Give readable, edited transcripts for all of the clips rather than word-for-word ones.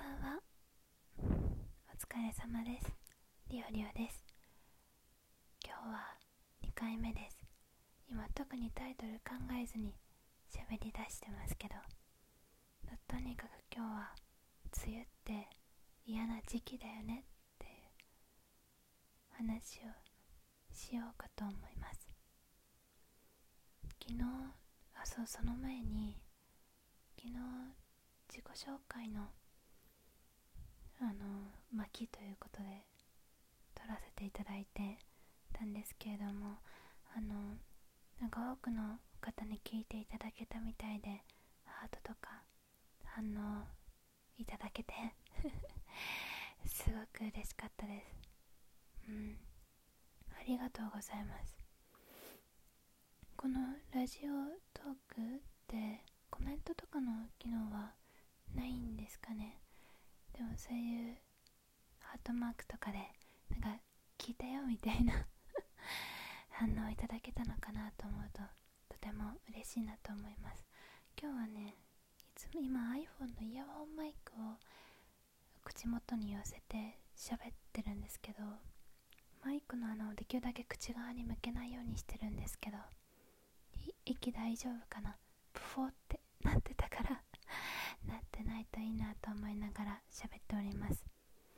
ばんは。お疲れ様です。リオリオです。今日は2回目です。今特にタイトル考えずに喋り出してますけど、とにかく今日は梅雨って嫌な時期だよねっていう話をしようかと思います。その前に昨日自己紹介の巻ということで撮らせていただいてたんですけれども、なんか多くの方に聞いていただけたみたいで、ハートとか反応いただけてすごく嬉しかったです。ありがとうございます。このラジオトークってコメントとかの機能はないんですかね。でもそういうハートマークとかでなんか聞いたよみたいな反応いただけたのかなと思うととても嬉しいなと思います。今日はね、今 iPhone のイヤホンマイクを口元に寄せて喋ってるんですけど、マイクの穴をできるだけ口側に向けないようにしてるんですけど、息大丈夫かな。プフォーってなってたからなってないといいなと思いながら喋っております。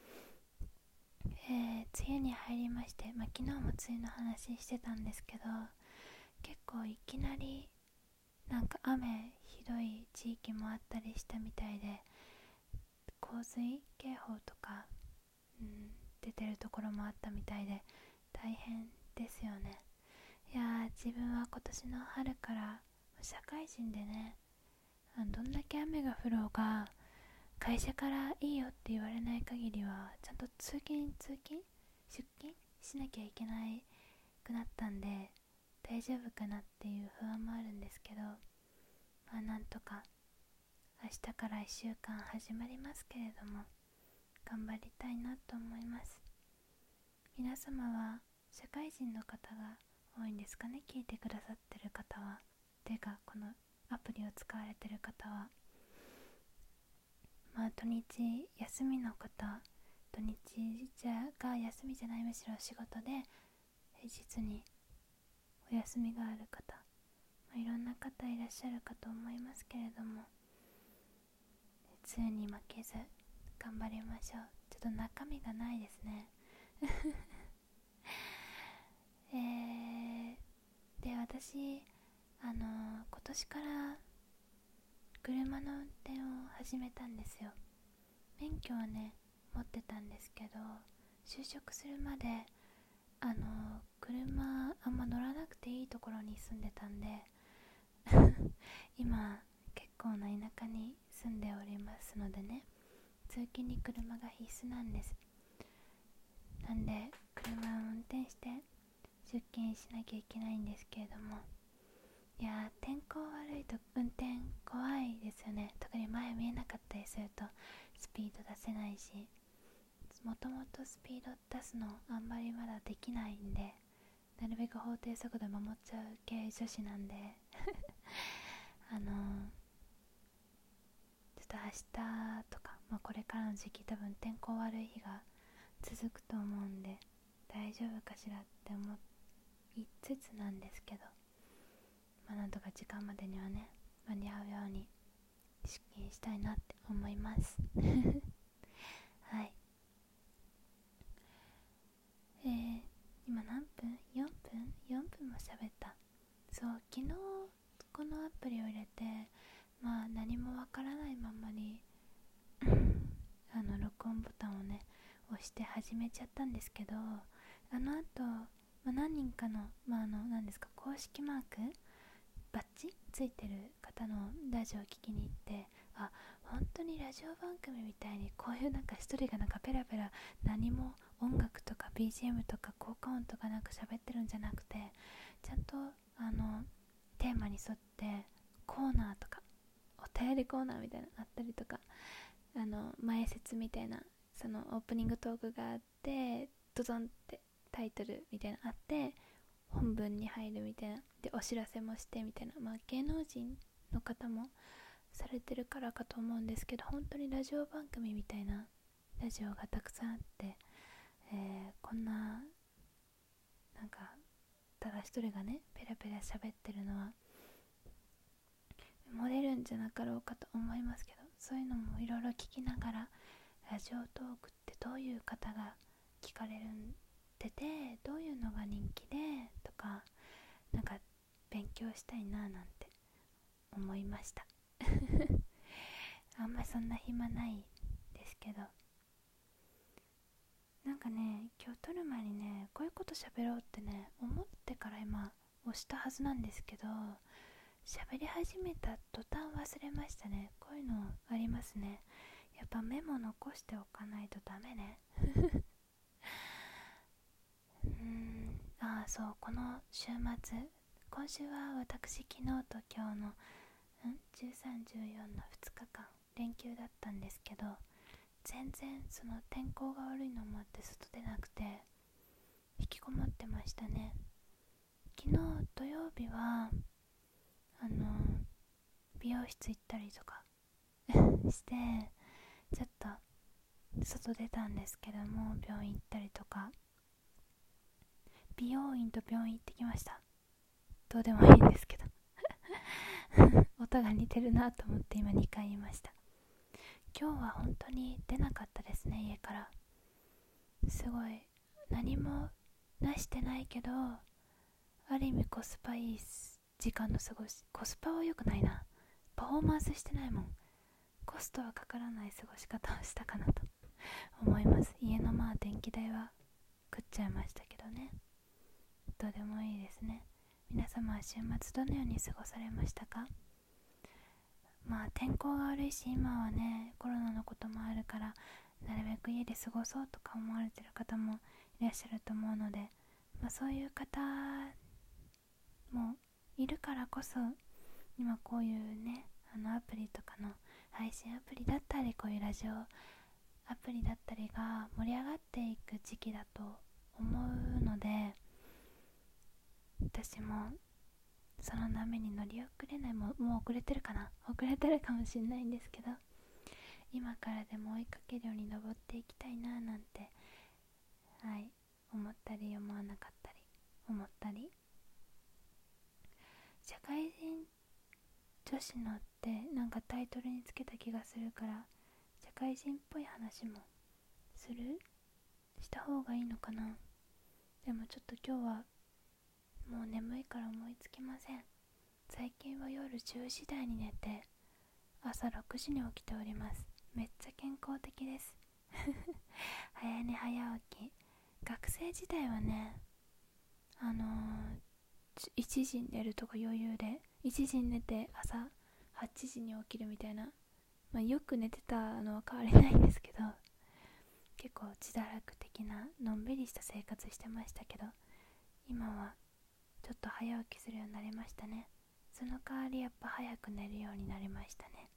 梅雨に入りまして、昨日も梅雨の話してたんですけど、結構いきなりなんか雨ひどい地域もあったりしたみたいで、洪水警報とか、出てるところもあったみたいで大変ですよね。いやー、自分は今年の春から社会人でね、どんだけ雨が降ろうが会社からいいよって言われない限りはちゃんと出勤しなきゃいけないくなったんで、大丈夫かなっていう不安もあるんですけど、なんとか明日から1週間始まりますけれども頑張りたいなと思います。皆様は社会人の方が多いんですかね、聞いてくださってる方は。てかこのアプリを使われてる方は。土日休みの方、土日が休みじゃない、むしろ仕事で平日にお休みがある方、いろんな方いらっしゃるかと思いますけれども、梅雨に負けず頑張りましょう。ちょっと中身がないですねで、私今年から車の運転を始めたんですよ。免許はね持ってたんですけど、就職するまで車あんま乗らなくていいところに住んでたんで今結構な田舎に住んでおりますのでね、通勤に車が必須なんです。なんで車を運転して出勤しなきゃいけないんですけれども、いやー、天候悪いと運転怖いですよね。特に前見えなかったりするとスピード出せないし、もともとスピード出すのあんまりまだできないんで、なるべく法定速度守っちゃう系女子なんでちょっと明日とか、これからの時期多分天候悪い日が続くと思うんで大丈夫かしらって思いつつなんですけど、なんとか時間までにはね間に合うように出勤したいなって思いますはい。今何分 ?4 分 ?4 分も喋った。そう、昨日このアプリを入れて何もわからないままに録音ボタンをね押して始めちゃったんですけど、あの後、何人かの、何ですか、公式マークバッジついてる方のラジオを聞きに行って、本当にラジオ番組みたいにこういうなんか一人がなんかペラペラ何も音楽とか BGM とか効果音とかなんか喋ってるんじゃなくて、ちゃんとテーマに沿ってコーナーとかお便りコーナーみたいなのあったりとか、前説みたいな、そのオープニングトークがあってドドンってタイトルみたいなのあって本文に入るみたいなでお知らせもしてみたいな、芸能人の方もされてるからかと思うんですけど、本当にラジオ番組みたいなラジオがたくさんあって、こんななんかただ一人がねペラペラ喋ってるのは漏れるんじゃなかろうかと思いますけど、そういうのもいろいろ聞きながら、ラジオトークってどういう方が聞かれるんでて、どういうのが人気でとか、なんか勉強したいななんて思いましたあんまりそんな暇ないですけど、なんかね、今日撮る前にね、こういうこと喋ろうってね思ってから今押したはずなんですけど、喋り始めた途端忘れましたね。こういうのありますね。やっぱメモ残しておかないとダメねそう、この週末、今週は私昨日と今日の13、14の2日間連休だったんですけど、全然その天候が悪いのもあって外出なくて引きこもってましたね。昨日土曜日は美容室行ったりとかしてちょっと外出たんですけども、病院行ったりとか、美容院と病院行ってきました。どうでもいいんですけど音が似てるなと思って今2回言いました。今日は本当に出なかったですね、家から。すごい何もなしてないけど、ある意味コスパいい時間の過ごし、コスパは良くないな、パフォーマンスしてないもん。コストはかからない過ごし方をしたかなと思います。家の電気代は食っちゃいましたけどね。どうでもいいですね。皆様は週末どのように過ごされましたか？天候が悪いし、今はねコロナのこともあるから、なるべく家で過ごそうとか思われてる方もいらっしゃると思うので、そういう方もいるからこそ、今こういうねアプリとかの配信アプリだったり、こういうラジオアプリだったりが盛り上がっていく時期だと思うので、私もその波に乗り遅れない、もう遅れてるかな、遅れてるかもしれないんですけど、今からでも追いかけるように登っていきたいななんて、思ったり思わなかったり思ったり。社会人女子のってなんかタイトルにつけた気がするから、社会人っぽい話もした方がいいのかな。でもちょっと今日はもう眠いから思いつきません。最近は夜10時台に寝て朝6時に起きております。めっちゃ健康的です早寝早起き。学生時代はね、1時に寝るとか余裕で、1時に寝て朝8時に起きるみたいな、よく寝てたのは変わりないんですけど、結構自堕落的なのんびりした生活してましたけど、今はちょっと早起きするようになりましたね。その代わりやっぱ早く寝るようになりましたね。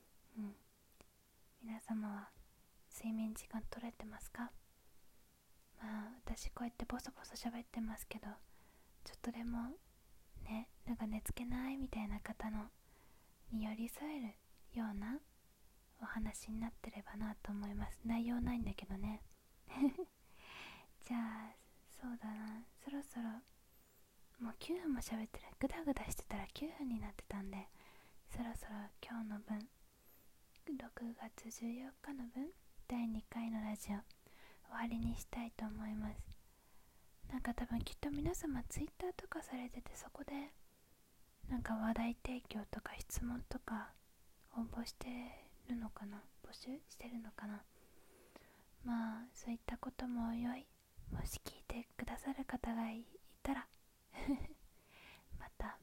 皆様は睡眠時間取れてますか？私こうやってボソボソ喋ってますけど、ちょっとでもね、なんか寝つけないみたいな方のに寄り添えるようなお話になってればなと思います。内容ないんだけどねじゃあそうだな、そろそろもう9分も喋ってる。グダグダしてたら9分になってたんで、そろそろ今日の分、6月14日の分、第2回のラジオ終わりにしたいと思います。なんか多分きっと皆様ツイッターとかされてて、そこでなんか話題提供とか質問とか応募してるのかな、募集してるのかな。そういったことも良い、もし聞いてくださる方がいたらまた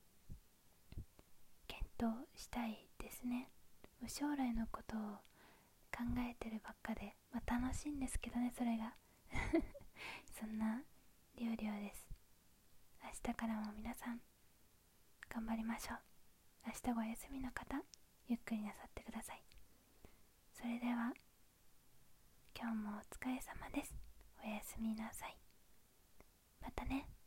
検討したいですね。将来のことを考えてるばっかで、楽しいんですけどね、それがそんなりょうりょうです。明日からも皆さん頑張りましょう。明日ご休みの方、ゆっくりなさってください。それでは今日もお疲れ様です。おやすみなさい。またね。